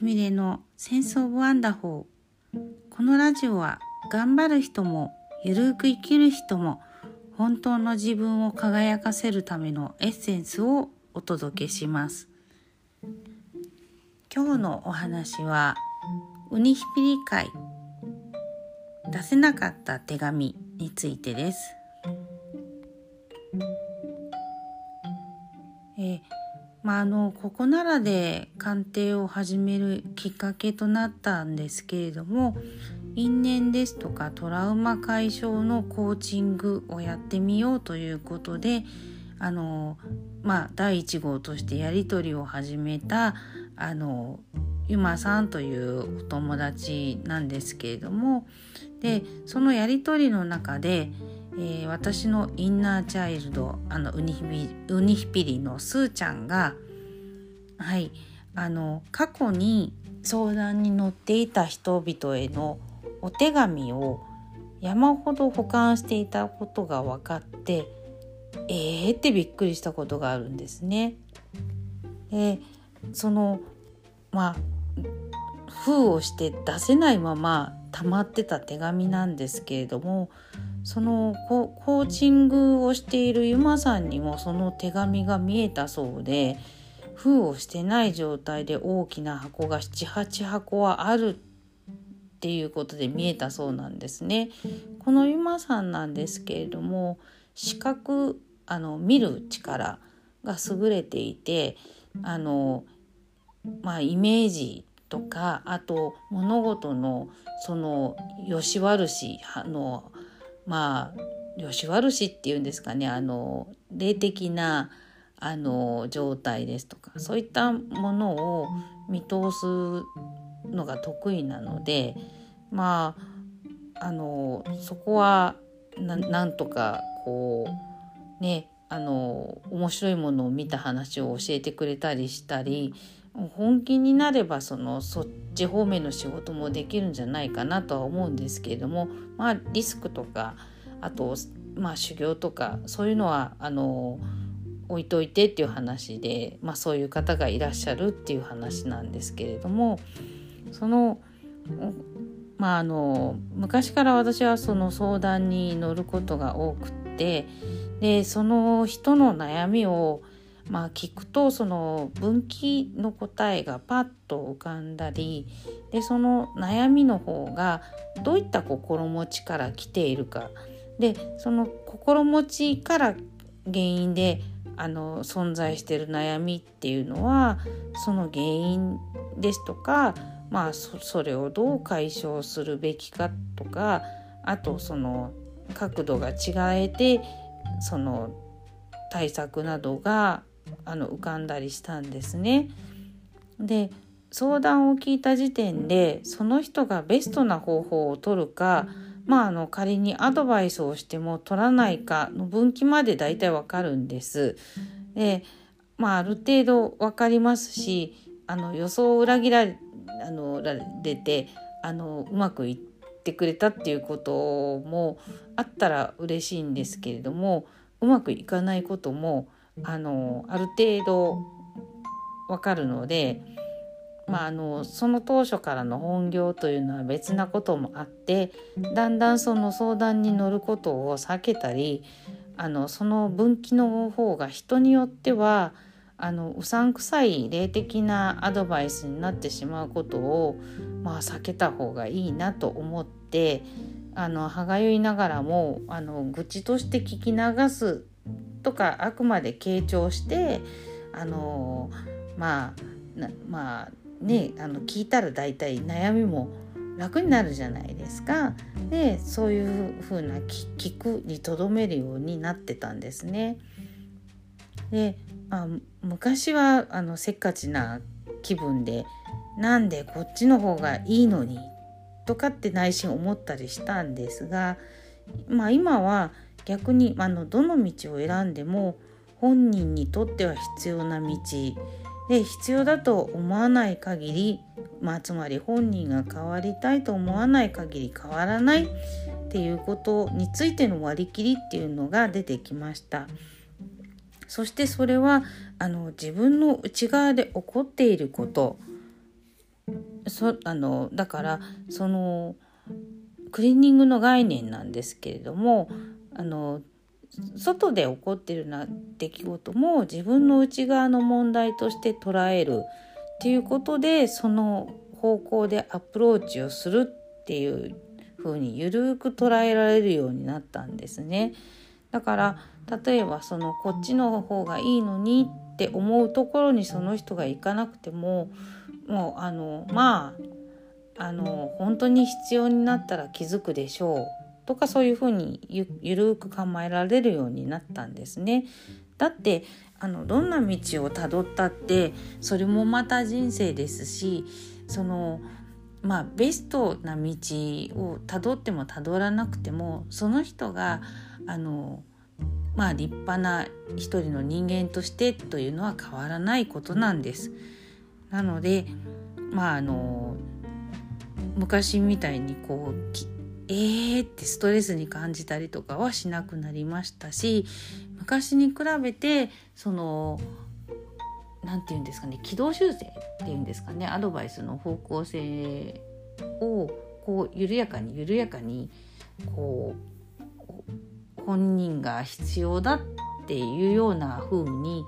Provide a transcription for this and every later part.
みれのセンスオブワンダホー。このラジオは頑張る人もゆるく生きる人も本当の自分を輝かせるためのエッセンスをお届けします。今日のお話はウニヒピリ会出せなかった手紙についてです。ここならで鑑定を始めるきっかけとなったんですけれども、因縁ですとかトラウマ解消のコーチングをやってみようということで、第1号としてやり取りを始めたゆまさんというお友達なんですけれども、でそのやり取りの中で、私のインナーチャイルドウニヒピリのスーちゃんが、過去に相談に乗っていた人々へのお手紙を山ほど保管していたことが分かって、ってびっくりしたことがあるんですね。封をして出せないまま溜まってた手紙なんですけれども、そのコーチングをしているゆまさんにもその手紙が見えたそうで、封をしてない状態で大きな箱が 7,8 箱はあるっていうことで見えたそうなんですね。このゆまさんなんですけれども、視覚見る力が優れていて、イメージとか、あと物事のその良し悪し良し悪しっていうんですかね、霊的な状態ですとか、そういったものを見通すのが得意なので、そこはなんとか面白いものを見た話を教えてくれたりしたり、本気になればそっち方面の仕事もできるんじゃないかなとは思うんですけれども、リスクとか、あと修行とかそういうのは置いといてっていう話で、そういう方がいらっしゃるっていう話なんですけれども、昔から私はその相談に乗ることが多くって、でその人の悩みを聞くと、その分岐の答えがパッと浮かんだりで、その悩みの方がどういった心持ちから来ているかで、その心持ちから原因で存在している悩みっていうのは、その原因ですとか、それをどう解消するべきかとか、あとその角度が違えてその対策などが浮かんだりしたんですね。で相談を聞いた時点で、その人がベストな方法を取るか、仮にアドバイスをしても取らないかの分岐までだいたいわかるんです。である程度わかりますし、予想を裏切られてうまくいってくれたっていうこともあったら嬉しいんですけれども、うまくいかないこともある程度わかるので、その当初からの本業というのは別なこともあって、だんだんその相談に乗ることを避けたり、その分岐の方が人によってはうさんくさい霊的なアドバイスになってしまうことを、避けた方がいいなと思って、歯がゆいながらも愚痴として聞き流すとか、あくまで傾聴して聞いたらだいたい悩みも楽になるじゃないですか。でそういう風な聞くにとどめるようになってたんですね。で昔はせっかちな気分で、なんでこっちの方がいいのにとかって内心思ったりしたんですが、今は逆にどの道を選んでも本人にとっては必要な道で、必要だと思わない限り、つまり本人が変わりたいと思わない限り変わらないっていうことについての割り切りっていうのが出てきました。そしてそれは自分の内側で起こっていることだからそのクリーニングの概念なんですけれども、外で起こっているような出来事も自分の内側の問題として捉えるっていうことで、その方向でアプローチをするっていう風にゆるく捉えられるようになったんですね。だから例えばこっちの方がいいのにって思うところにその人が行かなくても、もう本当に必要になったら気づくでしょうとか、そういうふうにゆるく構えられるようになったんですね。だってどんな道をたどったってそれもまた人生ですし、ベストな道をたどってもたどらなくても、その人が立派な一人の人間としてというのは変わらないことなんです。なので昔みたいにってストレスに感じたりとかはしなくなりましたし、昔に比べてなんていうんですかね、軌道修正っていうんですかね、アドバイスの方向性を緩やかに本人が必要だっていうような風に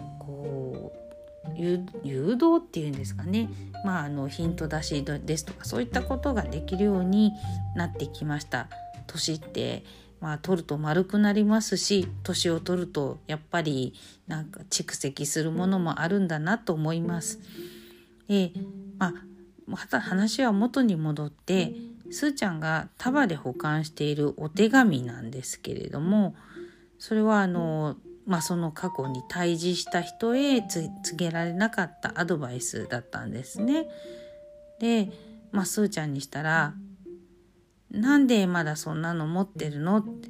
誘導っていうんですかね、ヒント出しですとか、そういったことができるようになってきました。年って取ると丸くなりますし、年を取るとやっぱり蓄積するものもあるんだなと思います。で、また話は元に戻って、すーちゃんが束で保管しているお手紙なんですけれども、それはその過去に対峙した人へ告げられなかったアドバイスだったんですね。で、すーちゃんにしたら、なんでまだそんなの持ってるのって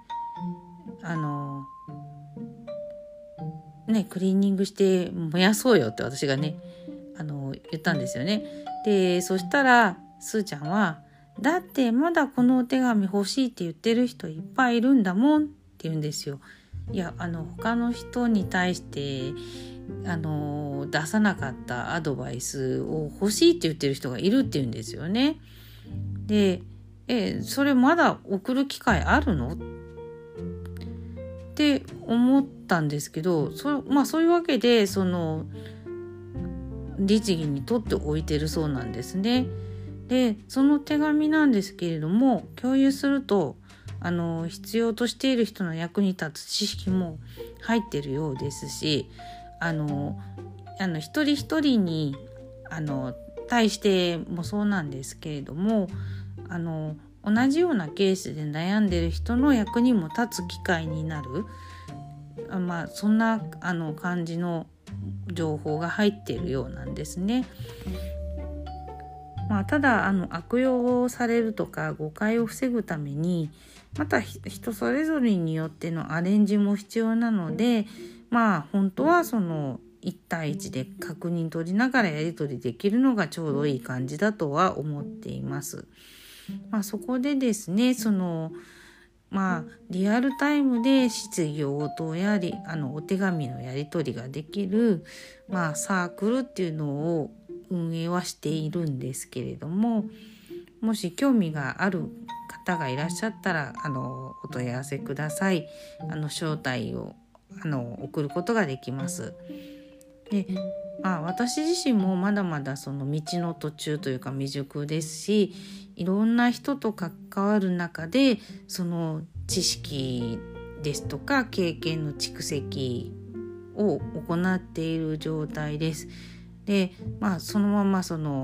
言って、クリーニングして燃やそうよって私がね言ったんですよね。で、そしたらすーちゃんは、だってまだこのお手紙欲しいって言ってる人いっぱいいるんだもんって言うんですよ。いや他の人に対して出さなかったアドバイスを欲しいって言ってる人がいるって言うんですよね。で、それまだ送る機会あるのって思ったんですけど、そういうわけで律儀に取っておいてるそうなんですね。で、その手紙なんですけれども、共有すると必要としている人の役に立つ知識も入ってるようですし、一人一人に対してもそうなんですけれども、同じようなケースで悩んでる人の役にも立つ機会になる、そんな感じの情報が入っているようなんですね。ただ悪用されるとか誤解を防ぐために、また人それぞれによってのアレンジも必要なので、本当は1対1で確認取りながらやり取りできるのがちょうどいい感じだとは思っています。そこでですね、リアルタイムで質疑応答やお手紙のやり取りができる、サークルっていうのを運営はしているんですけれども、もし興味がある方がいらっしゃったらお問い合わせください。招待を送ることができます。で、私自身もまだまだ道の途中というか未熟ですし、いろんな人と関わる中で知識ですとか経験の蓄積を行っている状態です。で、そのまま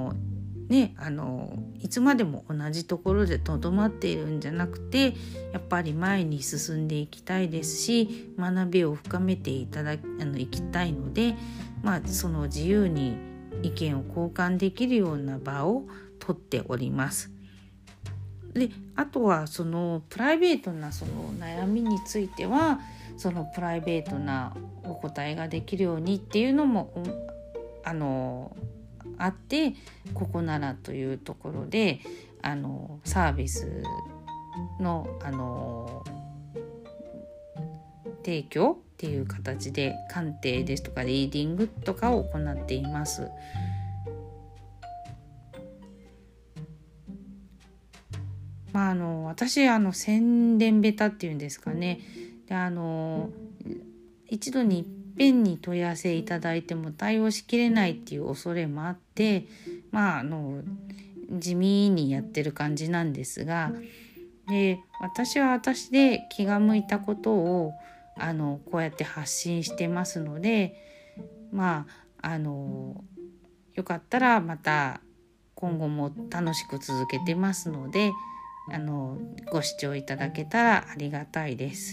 いつまでも同じところでとどまっているんじゃなくて、やっぱり前に進んでいきたいですし、学びを深めていきたいので、自由に意見を交換できるような場を取っております。で、あとはプライベートな悩みについては、プライベートなお答えができるようにっていうのもあって、ここならというところでサービスの提供っていう形で鑑定ですとかリーディングとかを行っています。 私宣伝ベタっていうんですかね。で一度にいっぺんに問い合わせいただいても対応しきれないっていう恐れもあって、地味にやってる感じなんですが、で私は私で気が向いたことをこうやって発信してますので、よかったらまた今後も楽しく続けてますので、ご視聴いただけたらありがたいです。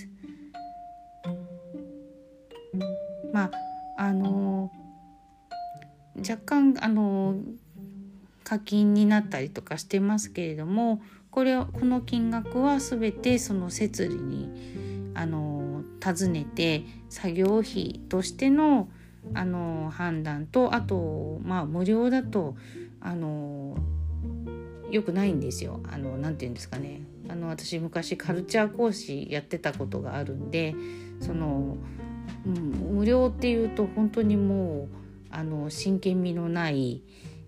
若干課金になったりとかしてますけれども、この金額は全てその設理に尋ねて作業費としての判断と、あと無料だと良くないんですよ。なんていうんですかね、私昔カルチャー講師やってたことがあるんで、無料っていうと本当にもう真剣味のない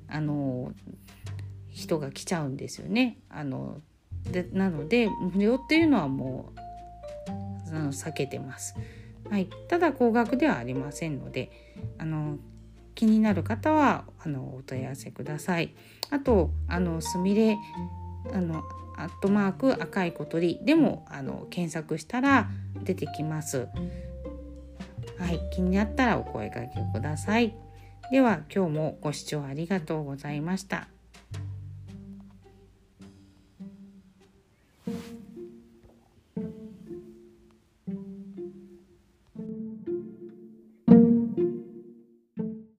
人が来ちゃうんですよね。なので無料っていうのはもう避けてます。はい、ただ高額ではありませんので、気になる方はお問い合わせください。あとすみれ@赤い小鳥でも検索したら出てきます。はい、気になったらお声掛けください。では今日もご視聴ありがとうございました。